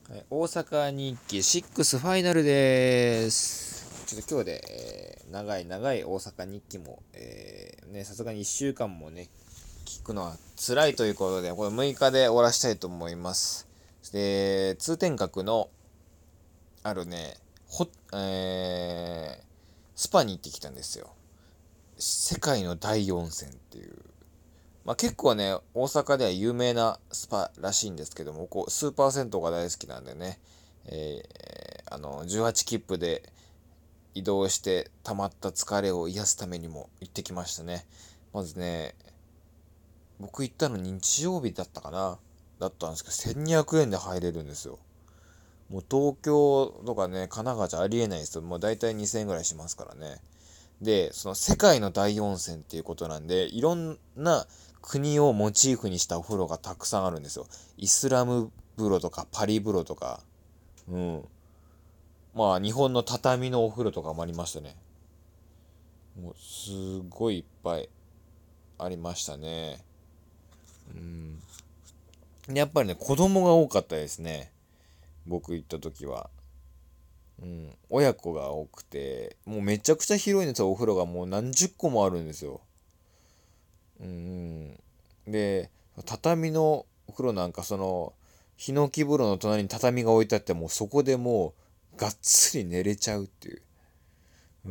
はい、大阪日記6ファイナルです。ちょっと今日で、長い長い大阪日記も、さすがに1週間もね、聞くのは辛いということで、これ6日で終わらしたいと思います。で、通天閣のあるね、スパに行ってきたんですよ。世界の大温泉っていう。まあ、結構ね、大阪では有名なスパらしいんですけども、スーパー銭湯が大好きなんでね、18切符で移動して溜まった疲れを癒すためにも行ってきましたね。まずね、僕行ったの日曜日だったかなだったんですけど、1200円で入れるんですよ。もう東京とかね、神奈川じゃありえないですよ。もう大体2000円ぐらいしますからね。で、その世界の大温泉っていうことなんで、いろんな国をモチーフにしたお風呂がたくさんあるんですよ。イスラム風呂とかパリ風呂とか、うん。まあ日本の畳のお風呂とかもありましたね。もうすごいいっぱいありましたね。うん。やっぱりね、子供が多かったですね。僕行った時は。うん。親子が多くて、もうめちゃくちゃ広いんですよ。お風呂がもう何十個もあるんですよ。うん。で、畳のお風呂なんかヒノキ風呂の隣に畳が置いてあってもうそこでもうがっつり寝れちゃうっていう。うん、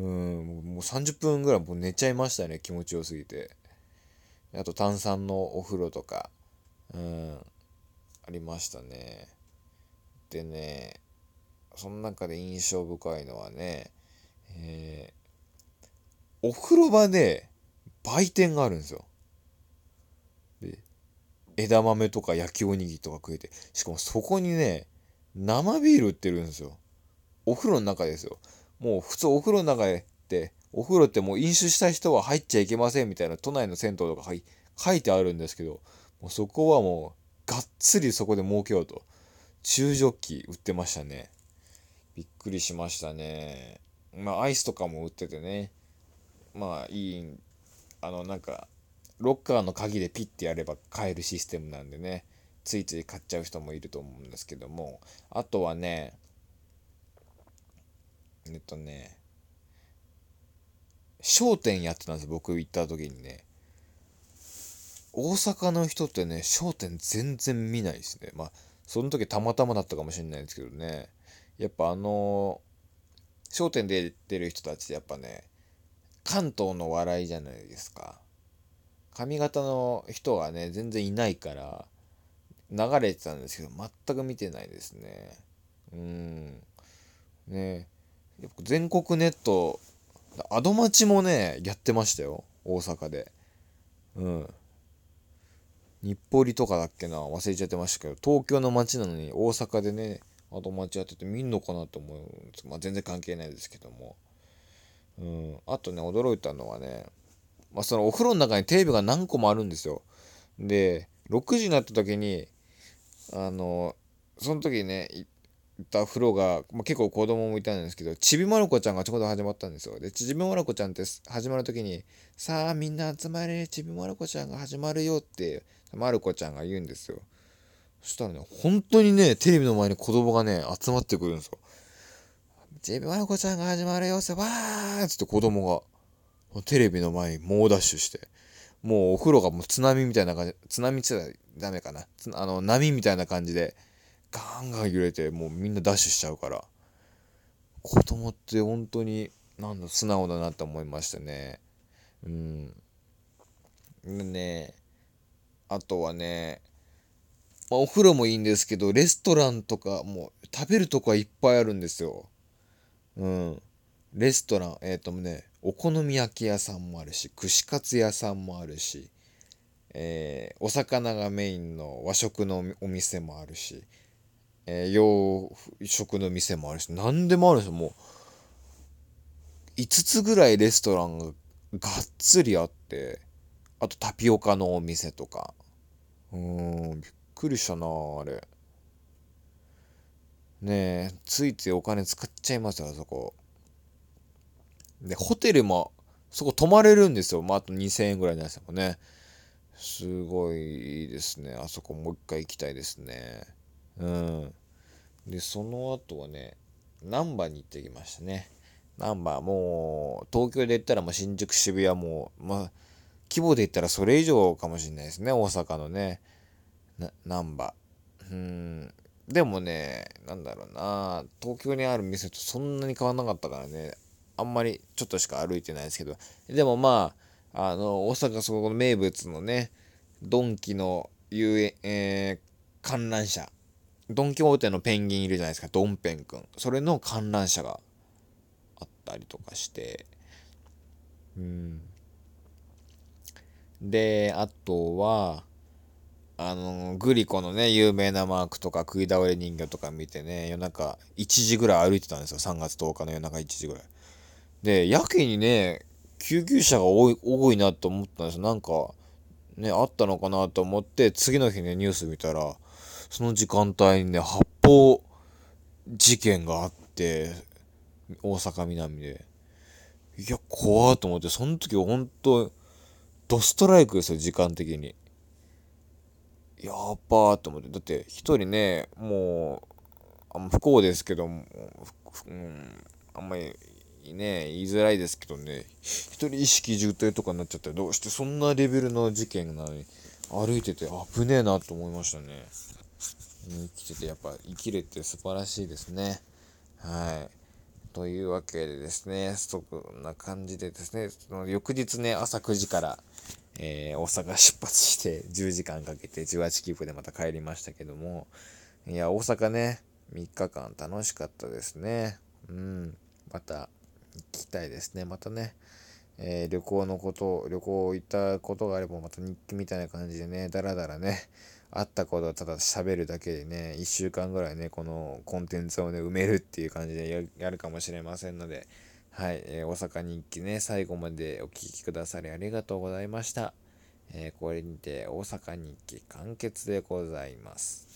もう30分ぐらいもう寝ちゃいましたね、気持ちよすぎて。あと炭酸のお風呂とか、うん、ありましたね。でね、その中で印象深いのはね、えお風呂場で売店があるんですよ。で、枝豆とか焼きおにぎりとか食えて、しかもそこにね、生ビール売ってるんですよ。お風呂の中ですよ。もう普通お風呂の中でって、お風呂ってもう飲酒した人は入っちゃいけませんみたいな都内の銭湯とか書いてあるんですけど、もうそこはもうがっつりそこで儲けようと。中ジョッキ売ってましたね。びっくりしましたね。まあアイスとかも売っててね。まあいい、なんか、ロッカーの鍵でピッてやれば買えるシステムなんでね。ついつい買っちゃう人もいると思うんですけども。あとはね、えっとね、商店やってたんです僕行った時にね。大阪の人ってね、商店全然見ないですね。まあ、その時たまたまだったかもしれないんですけどね。やっぱ商店で出る人たちってやっぱね、関東の笑いじゃないですか。髪型の人がね、全然いないから、流れてたんですけど、全く見てないですね。うーん。ね、やっぱ全国ネット、アドマチもね、やってましたよ。大阪で。うん。日暮里とかだっけな忘れちゃってましたけど、東京の街なのに大阪でね、アドマチやってて見んのかなと思うんです。まあ全然関係ないですけども。うん。あとね、驚いたのはね、まあそのお風呂の中にテレビが何個もあるんですよ。で、6時になった時に、あの、その時ね、行った風呂が、まあ、結構子供もいたんですけど、ちびまる子ちゃんがちょうど始まったんですよ。で、ちびまる子ちゃんって始まる時に、さあみんな集まれ、ちびまる子ちゃんが始まるよって、まる子ちゃんが言うんですよ。そしたらね、本当にね、テレビの前に子供がね、集まってくるんですよ。ちびまる子ちゃんが始まるよって、わーっつって子供が、テレビの前に猛ダッシュして、もうお風呂がもう津波みたいな感じ、津波って言ったらダメかな。波みたいな感じで、ガンガン揺れて、もうみんなダッシュしちゃうから、子供って本当に、素直だなって思いましたね。うん。でね、あとはね、まあ、お風呂もいいんですけど、レストランとか、もう食べるとこはいっぱいあるんですよ。うん。レストラン、お好み焼き屋さんもあるし、串カツ屋さんもあるし、お魚がメインの和食のお店もあるし、洋食の店もあるし、何でもあるんですよ。もう、5つぐらいレストランががっつりあって、あとタピオカのお店とか。びっくりしたなあれ。ねえ、ついついお金使っちゃいますよ、あそこ。で、ホテルも、そこ泊まれるんですよ。まあ、あと2000円ぐらいのやつもね。すごいいいですね。あそこもう一回行きたいですね。うん。 で、その後はね、難波に行ってきましたね。難波、もう、東京で言ったらもう新宿渋谷も、まあ、規模で言ったらそれ以上かもしれないですね、大阪のね、難波。でもね、なんだろうな、東京にある店とそんなに変わんなかったからね、あんまりちょっとしか歩いてないですけど、でもまあ、大阪そこの名物のね、ドンキの観覧車、ドンキホーテのペンギンいるじゃないですか、ドンペンくん。それの観覧車があったりとかして、うん。で、あとは、グリコのね、有名なマークとか、食い倒れ人形とか見てね、夜中1時ぐらい歩いてたんですよ。3月10日の夜中1時ぐらい。で、やけにね、救急車が多いなと思ったんですよ。なんか、ね、あったのかなと思って、次の日ね、ニュース見たら、その時間帯にね、発砲事件があって、大阪南で。いや、怖ーと思って、その時は本当ドストライクですよ、時間的に。やっばーと思って。だって、一人ね、もう、不幸ですけども、あんまりね、言いづらいですけどね、一人意識重体とかになっちゃったら、どうしてそんなレベルの事件なのに、歩いてて危ねえなと思いましたね。生きててやっぱ生きれて素晴らしいですね。はい。というわけでですね、そんな感じでですね、その翌日ね、朝9時から、大阪出発して10時間かけて18切符でまた帰りましたけども、いや、大阪ね、3日間楽しかったですね。うん。また行きたいですね。またね、旅行行ったことがあればまた日記みたいな感じでね、だらだらね、あったことをただ喋るだけでね、1週間ぐらいね、このコンテンツをね、埋めるっていう感じでやるかもしれませんので、はい、大阪日記ね、最後までお聴きくださりありがとうございました。これにて大阪日記完結でございます。